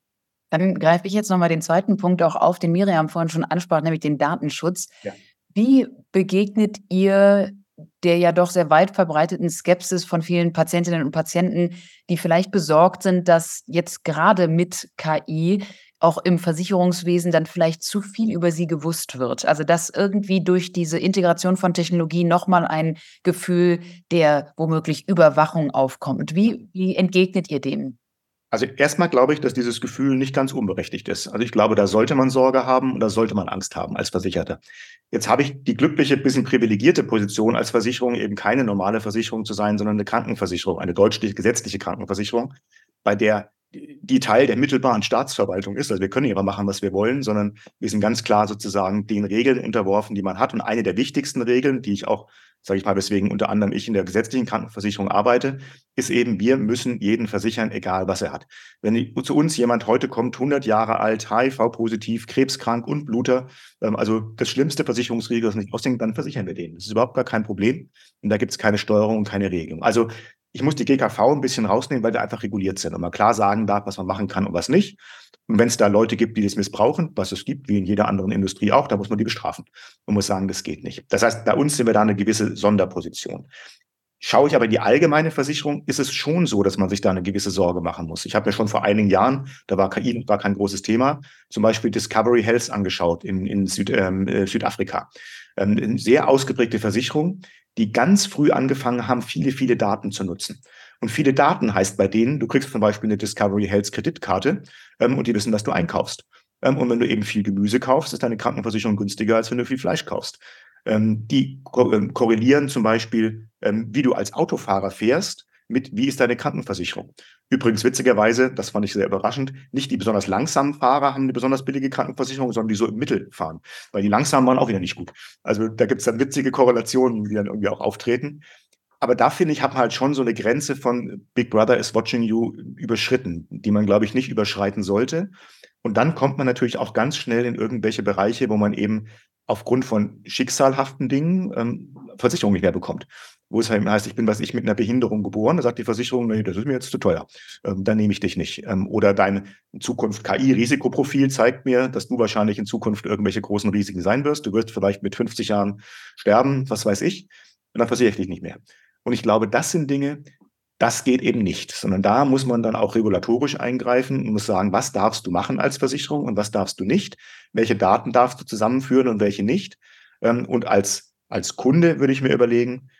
Dann greife ich jetzt nochmal den zweiten Punkt auch auf, den Miriam vorhin schon ansprach, nämlich den Datenschutz. Ja. Wie begegnet ihr der ja doch sehr weit verbreiteten Skepsis von vielen Patientinnen und Patienten, die vielleicht besorgt sind, dass jetzt gerade mit KI auch im Versicherungswesen dann vielleicht zu viel über sie gewusst wird? Also dass irgendwie durch diese Integration von Technologie nochmal ein Gefühl der womöglich Überwachung aufkommt. Wie entgegnet ihr dem? Also erstmal glaube ich, dass dieses Gefühl nicht ganz unberechtigt ist. Also ich glaube, da sollte man Sorge haben und da sollte man Angst haben als Versicherter. Jetzt habe ich die glückliche, bisschen privilegierte Position als Versicherung, eben keine normale Versicherung zu sein, sondern eine Krankenversicherung, eine deutsche gesetzliche Krankenversicherung, bei der die Teil der mittelbaren Staatsverwaltung ist. Also wir können nicht einfach machen, was wir wollen, sondern wir sind ganz klar sozusagen den Regeln unterworfen, die man hat. Und eine der wichtigsten Regeln, die ich auch, sage ich mal, weswegen unter anderem ich in der gesetzlichen Krankenversicherung arbeite, ist eben, wir müssen jeden versichern, egal was er hat. Wenn zu uns jemand heute kommt, 100 Jahre alt, HIV-positiv, krebskrank und Bluter, also das schlimmste Versicherungsregel, das nicht ausdenkt, dann versichern wir den. Das ist überhaupt gar kein Problem. Und da gibt es keine Steuerung und keine Regelung. Also ich muss die GKV ein bisschen rausnehmen, weil wir einfach reguliert sind und man klar sagen darf, was man machen kann und was nicht. Und wenn es da Leute gibt, die das missbrauchen, was es gibt, wie in jeder anderen Industrie auch, da muss man die bestrafen und muss sagen, das geht nicht. Das heißt, bei uns sind wir da eine gewisse Sonderposition. Schaue ich aber in die allgemeine Versicherung, ist es schon so, dass man sich da eine gewisse Sorge machen muss. Ich habe mir schon vor einigen Jahren, da war KI kein großes Thema, zum Beispiel Discovery Health angeschaut in Südafrika. Eine sehr ausgeprägte Versicherung, die ganz früh angefangen haben, viele, viele Daten zu nutzen. Und viele Daten heißt bei denen, du kriegst zum Beispiel eine Discovery Health Kreditkarte und die wissen, was du einkaufst. Und wenn du eben viel Gemüse kaufst, ist deine Krankenversicherung günstiger, als wenn du viel Fleisch kaufst. Die korrelieren zum Beispiel, wie du als Autofahrer fährst, mit wie ist deine Krankenversicherung. Übrigens witzigerweise, das fand ich sehr überraschend, nicht die besonders langsamen Fahrer haben eine besonders billige Krankenversicherung, sondern die so im Mittel fahren. Weil die langsamen waren auch wieder nicht gut. Also da gibt es dann witzige Korrelationen, die dann irgendwie auch auftreten. Aber da finde ich, hat man halt schon so eine Grenze von Big Brother is watching you überschritten, die man, glaube ich, nicht überschreiten sollte. Und dann kommt man natürlich auch ganz schnell in irgendwelche Bereiche, wo man eben aufgrund von schicksalhaften Dingen Versicherung nicht mehr bekommt. Wo es heißt, ich bin, mit einer Behinderung geboren, da sagt die Versicherung, nee, das ist mir jetzt zu teuer, dann nehme ich dich nicht. Oder dein in Zukunft KI-Risikoprofil zeigt mir, dass du wahrscheinlich in Zukunft irgendwelche großen Risiken sein wirst. Du wirst vielleicht mit 50 Jahren sterben, was weiß ich, und dann versichere ich dich nicht mehr. Und ich glaube, das sind Dinge, das geht eben nicht, sondern da muss man dann auch regulatorisch eingreifen und muss sagen, was darfst du machen als Versicherung und was darfst du nicht, welche Daten darfst du zusammenführen und welche nicht. Und als Kunde würde ich mir überlegen,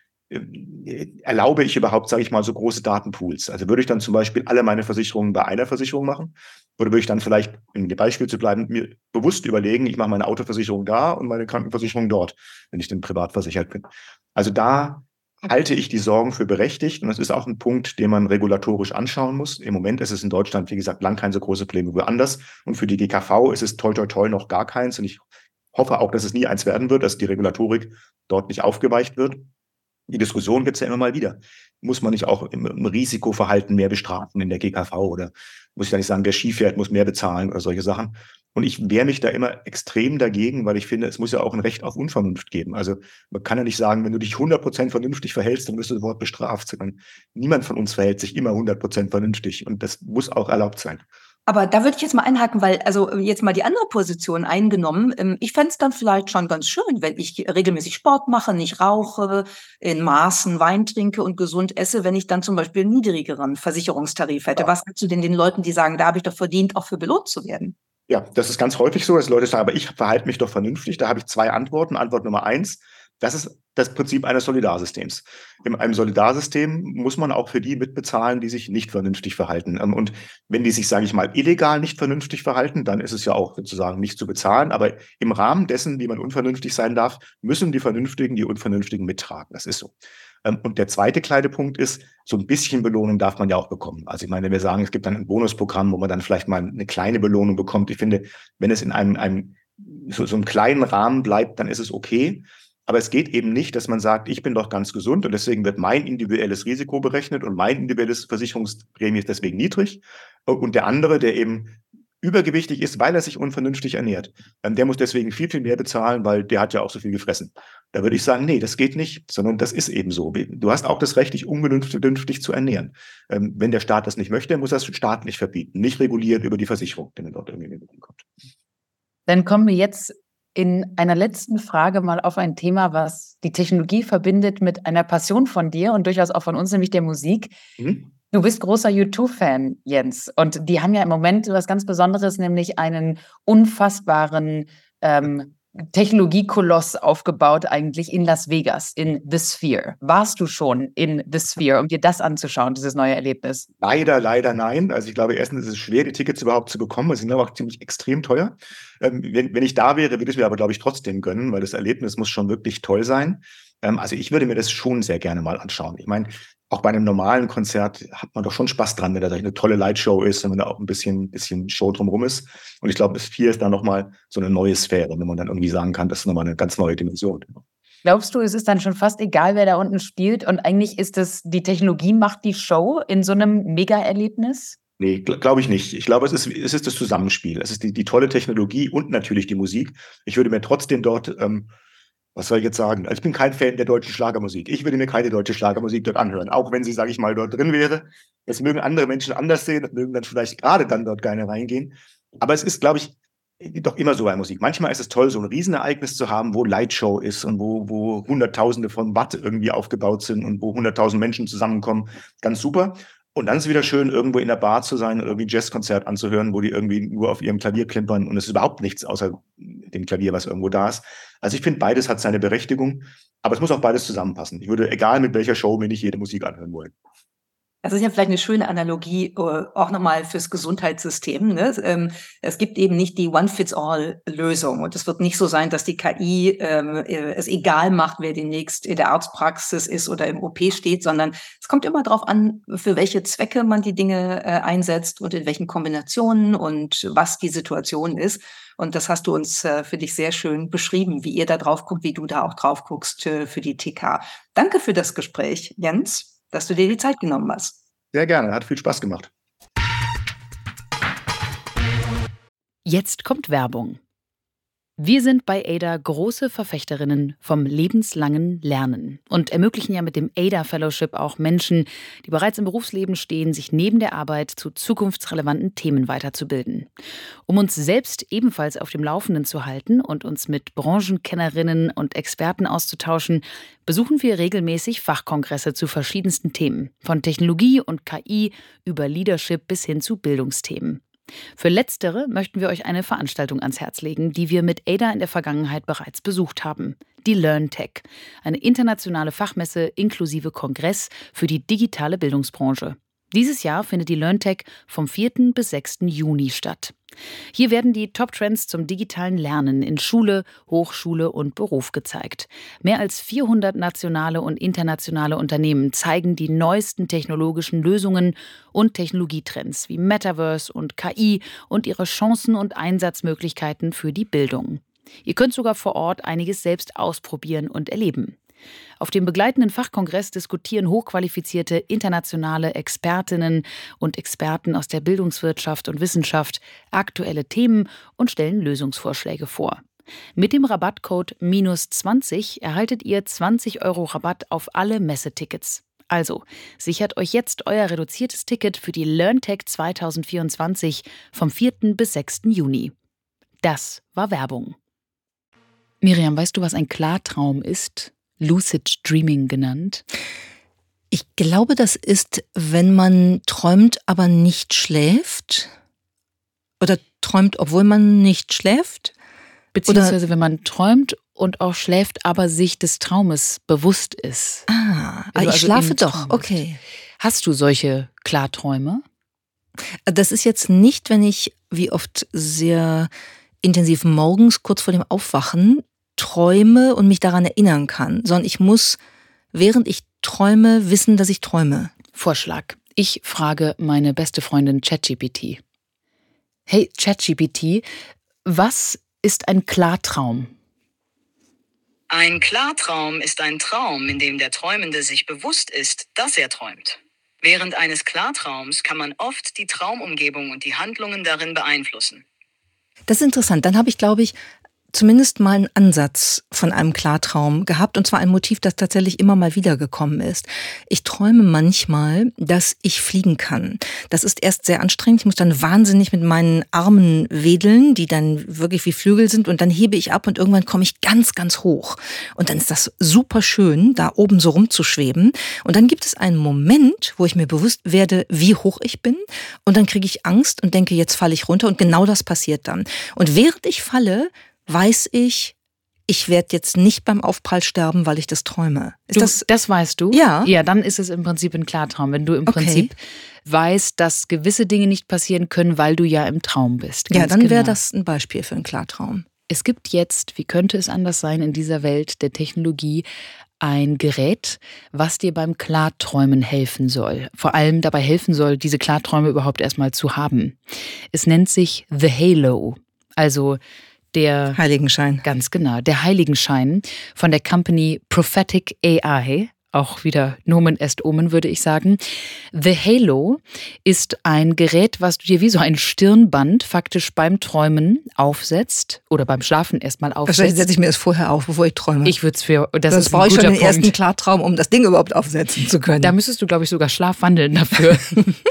erlaube ich überhaupt, sage ich mal, so große Datenpools? Also würde ich dann zum Beispiel alle meine Versicherungen bei einer Versicherung machen? Oder würde ich dann vielleicht, in dem Beispiel zu bleiben, mir bewusst überlegen, ich mache meine Autoversicherung da und meine Krankenversicherung dort, wenn ich denn privat versichert bin? Also da halte ich die Sorgen für berechtigt. Und das ist auch ein Punkt, den man regulatorisch anschauen muss. Im Moment ist es in Deutschland, wie gesagt, lang kein so großes Problem wie woanders. Und für die GKV ist es toi, toi, toi noch gar keins. Und ich hoffe auch, dass es nie eins werden wird, dass die Regulatorik dort nicht aufgeweicht wird. Die Diskussion gibt es ja immer mal wieder. Muss man nicht auch im Risikoverhalten mehr bestrafen in der GKV? Oder muss ich da nicht sagen, wer Ski fährt, muss mehr bezahlen oder solche Sachen? Und ich wehre mich da immer extrem dagegen, weil ich finde, es muss ja auch ein Recht auf Unvernunft geben. Also man kann ja nicht sagen, wenn du dich 100% vernünftig verhältst, dann wirst du sofort bestraft. Sondern niemand von uns verhält sich immer 100% vernünftig. Und das muss auch erlaubt sein. Aber da würde ich jetzt mal einhaken, weil, also jetzt mal die andere Position eingenommen. Ich fände es dann vielleicht schon ganz schön, wenn ich regelmäßig Sport mache, nicht rauche, in Maßen Wein trinke und gesund esse, wenn ich dann zum Beispiel einen niedrigeren Versicherungstarif hätte. Was sagst du denn den Leuten, die sagen, da habe ich doch verdient, auch für belohnt zu werden? Ja, das ist ganz häufig so, dass Leute sagen, aber ich verhalte mich doch vernünftig. Da habe ich zwei Antworten. Antwort Nummer 1, Das ist das Prinzip eines Solidarsystems. In einem Solidarsystem muss man auch für die mitbezahlen, die sich nicht vernünftig verhalten. Und wenn die sich, sage ich mal, illegal nicht vernünftig verhalten, dann ist es ja auch sozusagen nicht zu bezahlen. Aber im Rahmen dessen, wie man unvernünftig sein darf, müssen die Vernünftigen die Unvernünftigen mittragen. Das ist so. Und der zweite kleine Punkt ist, so ein bisschen Belohnung darf man ja auch bekommen. Also ich meine, wenn wir sagen, es gibt dann ein Bonusprogramm, wo man dann vielleicht mal eine kleine Belohnung bekommt. Ich finde, wenn es in einem so einem kleinen Rahmen bleibt, dann ist es okay. Aber es geht eben nicht, dass man sagt, ich bin doch ganz gesund und deswegen wird mein individuelles Risiko berechnet und mein individuelles Versicherungsprämie ist deswegen niedrig. Und der andere, der eben übergewichtig ist, weil er sich unvernünftig ernährt, der muss deswegen viel, viel mehr bezahlen, weil der hat ja auch so viel gefressen. Da würde ich sagen, nee, das geht nicht, sondern das ist eben so. Du hast auch das Recht, dich unvernünftig zu ernähren. Wenn der Staat das nicht möchte, muss er es staatlich verbieten, nicht reguliert über die Versicherung, die man dort irgendwie bekommt. Dann kommen wir jetzt in einer letzten Frage mal auf ein Thema, was die Technologie verbindet mit einer Passion von dir und durchaus auch von uns, nämlich der Musik. Du bist großer U2-Fan, Jens. Und die haben ja im Moment was ganz Besonderes, nämlich einen unfassbaren Technologiekoloss aufgebaut, eigentlich in Las Vegas, in The Sphere. Warst du schon in The Sphere, um dir das anzuschauen, dieses neue Erlebnis? Leider nein. Also ich glaube, erstens ist es schwer, die Tickets überhaupt zu bekommen. Sie sind aber auch ziemlich extrem teuer. Wenn ich da wäre, würde ich es mir aber, glaube ich, trotzdem gönnen, weil das Erlebnis muss schon wirklich toll sein. Also ich würde mir das schon sehr gerne mal anschauen. Ich meine, auch bei einem normalen Konzert hat man doch schon Spaß dran, wenn da eine tolle Lightshow ist und wenn da auch ein bisschen Show drumherum ist. Und ich glaube, das 4 ist da nochmal so eine neue Sphäre, wenn man dann irgendwie sagen kann, das ist nochmal eine ganz neue Dimension. Glaubst du, es ist dann schon fast egal, wer da unten spielt und eigentlich ist es, die Technologie macht die Show in so einem Mega-Erlebnis? Nee, glaube ich nicht. Ich glaube, es ist das Zusammenspiel. Es ist die tolle Technologie und natürlich die Musik. Ich würde mir trotzdem dort was soll ich jetzt sagen? Also ich bin kein Fan der deutschen Schlagermusik. Ich würde mir keine deutsche Schlagermusik dort anhören, auch wenn sie, sage ich mal, dort drin wäre. Das mögen andere Menschen anders sehen, das mögen dann vielleicht gerade dann dort gerne reingehen. Aber es ist, glaube ich, doch immer so bei Musik. Manchmal ist es toll, so ein Riesenereignis zu haben, wo Lightshow ist und wo Hunderttausende von Watt irgendwie aufgebaut sind und wo 100.000 Menschen zusammenkommen. Ganz super. Und dann ist es wieder schön, irgendwo in der Bar zu sein und irgendwie ein Jazzkonzert anzuhören, wo die irgendwie nur auf ihrem Klavier klimpern und es ist überhaupt nichts außer dem Klavier, was irgendwo da ist. Also ich finde, beides hat seine Berechtigung, aber es muss auch beides zusammenpassen. Ich würde, egal mit welcher Show, mir nicht jede Musik anhören wollen. Das ist ja vielleicht eine schöne Analogie auch nochmal fürs Gesundheitssystem. Ne? Es gibt eben nicht die One-Fits-All-Lösung. Und es wird nicht so sein, dass die KI es egal macht, wer demnächst in der Arztpraxis ist oder im OP steht, sondern es kommt immer darauf an, für welche Zwecke man die Dinge einsetzt und in welchen Kombinationen und was die Situation ist. Und das hast du uns für dich sehr schön beschrieben, wie ihr da drauf guckt, wie du da auch drauf guckst für die TK. Danke für das Gespräch, Jens, dass du dir die Zeit genommen hast. Sehr gerne, hat viel Spaß gemacht. Jetzt kommt Werbung. Wir sind bei ADA große Verfechterinnen vom lebenslangen Lernen und ermöglichen ja mit dem ADA Fellowship auch Menschen, die bereits im Berufsleben stehen, sich neben der Arbeit zu zukunftsrelevanten Themen weiterzubilden. Um uns selbst ebenfalls auf dem Laufenden zu halten und uns mit Branchenkennerinnen und Experten auszutauschen, besuchen wir regelmäßig Fachkongresse zu verschiedensten Themen, von Technologie und KI über Leadership bis hin zu Bildungsthemen. Für Letztere möchten wir euch eine Veranstaltung ans Herz legen, die wir mit ADA in der Vergangenheit bereits besucht haben. Die LearnTech, eine internationale Fachmesse inklusive Kongress für die digitale Bildungsbranche. Dieses Jahr findet die LearnTech vom 4. bis 6. Juni statt. Hier werden die Top-Trends zum digitalen Lernen in Schule, Hochschule und Beruf gezeigt. Mehr als 400 nationale und internationale Unternehmen zeigen die neuesten technologischen Lösungen und Technologietrends wie Metaverse und KI und ihre Chancen und Einsatzmöglichkeiten für die Bildung. Ihr könnt sogar vor Ort einiges selbst ausprobieren und erleben. Auf dem begleitenden Fachkongress diskutieren hochqualifizierte internationale Expertinnen und Experten aus der Bildungswirtschaft und Wissenschaft aktuelle Themen und stellen Lösungsvorschläge vor. Mit dem Rabattcode -20 erhaltet ihr 20 € Rabatt auf alle Messetickets. Also, sichert euch jetzt euer reduziertes Ticket für die LearnTech 2024 vom 4. bis 6. Juni. Das war Werbung. Miriam, weißt du, was ein Klartraum ist? Lucid Dreaming genannt? Ich glaube, das ist, wenn man träumt, aber nicht schläft. Oder träumt, obwohl man nicht schläft. Beziehungsweise wenn man träumt und auch schläft, aber sich des Traumes bewusst ist. Ich schlafe doch, okay. Hast du solche Klarträume? Das ist jetzt nicht, wenn ich, wie oft sehr intensiv morgens, kurz vor dem Aufwachen, träume und mich daran erinnern kann, sondern ich muss, während ich träume, wissen, dass ich träume. Vorschlag. Ich frage meine beste Freundin ChatGPT. Hey ChatGPT, was ist ein Klartraum? Ein Klartraum ist ein Traum, in dem der Träumende sich bewusst ist, dass er träumt. Während eines Klartraums kann man oft die Traumumgebung und die Handlungen darin beeinflussen. Das ist interessant. Dann habe ich, glaube ich, zumindest mal einen Ansatz von einem Klartraum gehabt, und zwar ein Motiv, das tatsächlich immer mal wieder gekommen ist. Ich träume manchmal, dass ich fliegen kann. Das ist erst sehr anstrengend. Ich muss dann wahnsinnig mit meinen Armen wedeln, die dann wirklich wie Flügel sind, und dann hebe ich ab und irgendwann komme ich ganz, ganz hoch. Und dann ist das super schön, da oben so rumzuschweben. Und dann gibt es einen Moment, wo ich mir bewusst werde, wie hoch ich bin, und dann kriege ich Angst und denke, jetzt falle ich runter, und genau das passiert dann. Und während ich falle, weiß ich werde jetzt nicht beim Aufprall sterben, weil ich das träume. Das weißt du? Ja. Ja, dann ist es im Prinzip ein Klartraum. Wenn du im Prinzip weißt, dass gewisse Dinge nicht passieren können, weil du ja im Traum bist. Ja, dann wäre das ein Beispiel für einen Klartraum. Es gibt jetzt, wie könnte es anders sein, in dieser Welt der Technologie ein Gerät, was dir beim Klarträumen helfen soll. Vor allem dabei helfen soll, diese Klarträume überhaupt erstmal zu haben. Es nennt sich The Halo. Also der Heiligenschein. Ganz genau, der Heiligenschein von der Company Prophetic AI. Auch wieder Nomen est Omen, würde ich sagen. The Halo ist ein Gerät, was du dir wie so ein Stirnband faktisch beim Träumen aufsetzt oder beim Schlafen erstmal aufsetzt. Wahrscheinlich setze ich mir das vorher auf, bevor ich träume. Ich würde es für, das brauche ich schon den ersten Klartraum, um das Ding überhaupt aufsetzen zu können. Da müsstest du, glaube ich, sogar schlafwandeln dafür.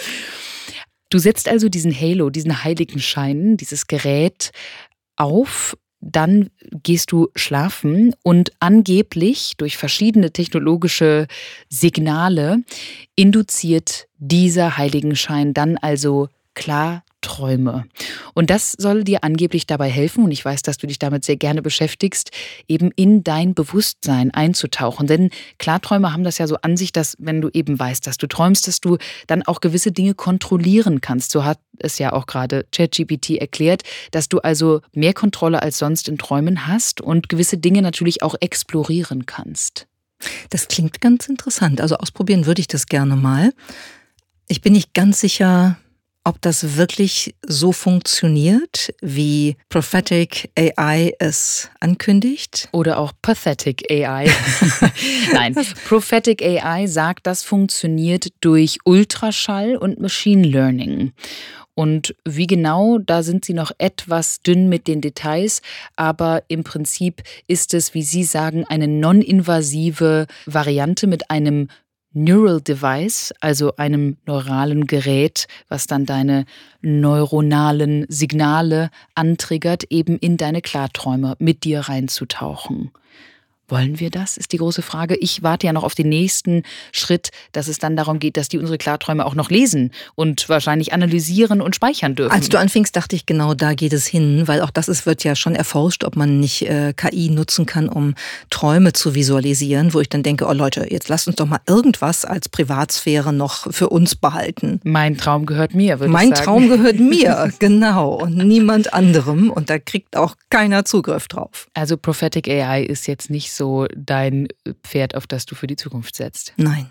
Du setzt also diesen Halo, diesen Heiligenschein, dieses Gerät auf, dann gehst du schlafen und angeblich durch verschiedene technologische Signale induziert dieser Heiligenschein dann also Klarträume. Und das soll dir angeblich dabei helfen, und ich weiß, dass du dich damit sehr gerne beschäftigst, eben in dein Bewusstsein einzutauchen. Denn Klarträume haben das ja so an sich, dass wenn du eben weißt, dass du träumst, dass du dann auch gewisse Dinge kontrollieren kannst. So hat es ja auch gerade ChatGPT erklärt, dass du also mehr Kontrolle als sonst in Träumen hast und gewisse Dinge natürlich auch explorieren kannst. Das klingt ganz interessant. Also ausprobieren würde ich das gerne mal. Ich bin nicht ganz sicher, ob das wirklich so funktioniert, wie Prophetic AI es ankündigt. Oder auch Pathetic AI. Nein, Prophetic AI sagt, das funktioniert durch Ultraschall und Machine Learning. Und wie genau, da sind sie noch etwas dünn mit den Details, aber im Prinzip ist es, wie sie sagen, eine non-invasive Variante mit einem Neural Device, also einem neuralen Gerät, was dann deine neuronalen Signale antriggert, eben in deine Klarträume mit dir reinzutauchen. Wollen wir das, ist die große Frage. Ich warte ja noch auf den nächsten Schritt, dass es dann darum geht, dass die unsere Klarträume auch noch lesen und wahrscheinlich analysieren und speichern dürfen. Als du anfingst, dachte ich, genau da geht es hin, weil auch das wird ja schon erforscht, ob man nicht KI nutzen kann, um Träume zu visualisieren, wo ich dann denke, oh Leute, jetzt lasst uns doch mal irgendwas als Privatsphäre noch für uns behalten. Mein Traum gehört mir, würde ich sagen. Mein Traum gehört mir, genau, und niemand anderem, und da kriegt auch keiner Zugriff drauf. Also Prophetic AI ist jetzt nicht so dein Pferd, auf das du für die Zukunft setzt? Nein.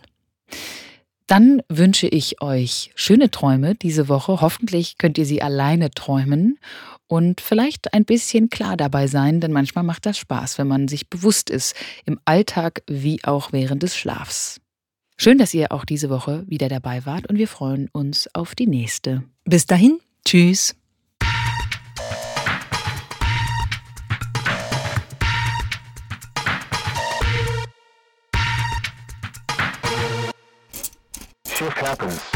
Dann wünsche ich euch schöne Träume diese Woche. Hoffentlich könnt ihr sie alleine träumen und vielleicht ein bisschen klar dabei sein, denn manchmal macht das Spaß, wenn man sich bewusst ist, im Alltag wie auch während des Schlafs. Schön, dass ihr auch diese Woche wieder dabei wart, und wir freuen uns auf die nächste. Bis dahin, tschüss. Shift happens.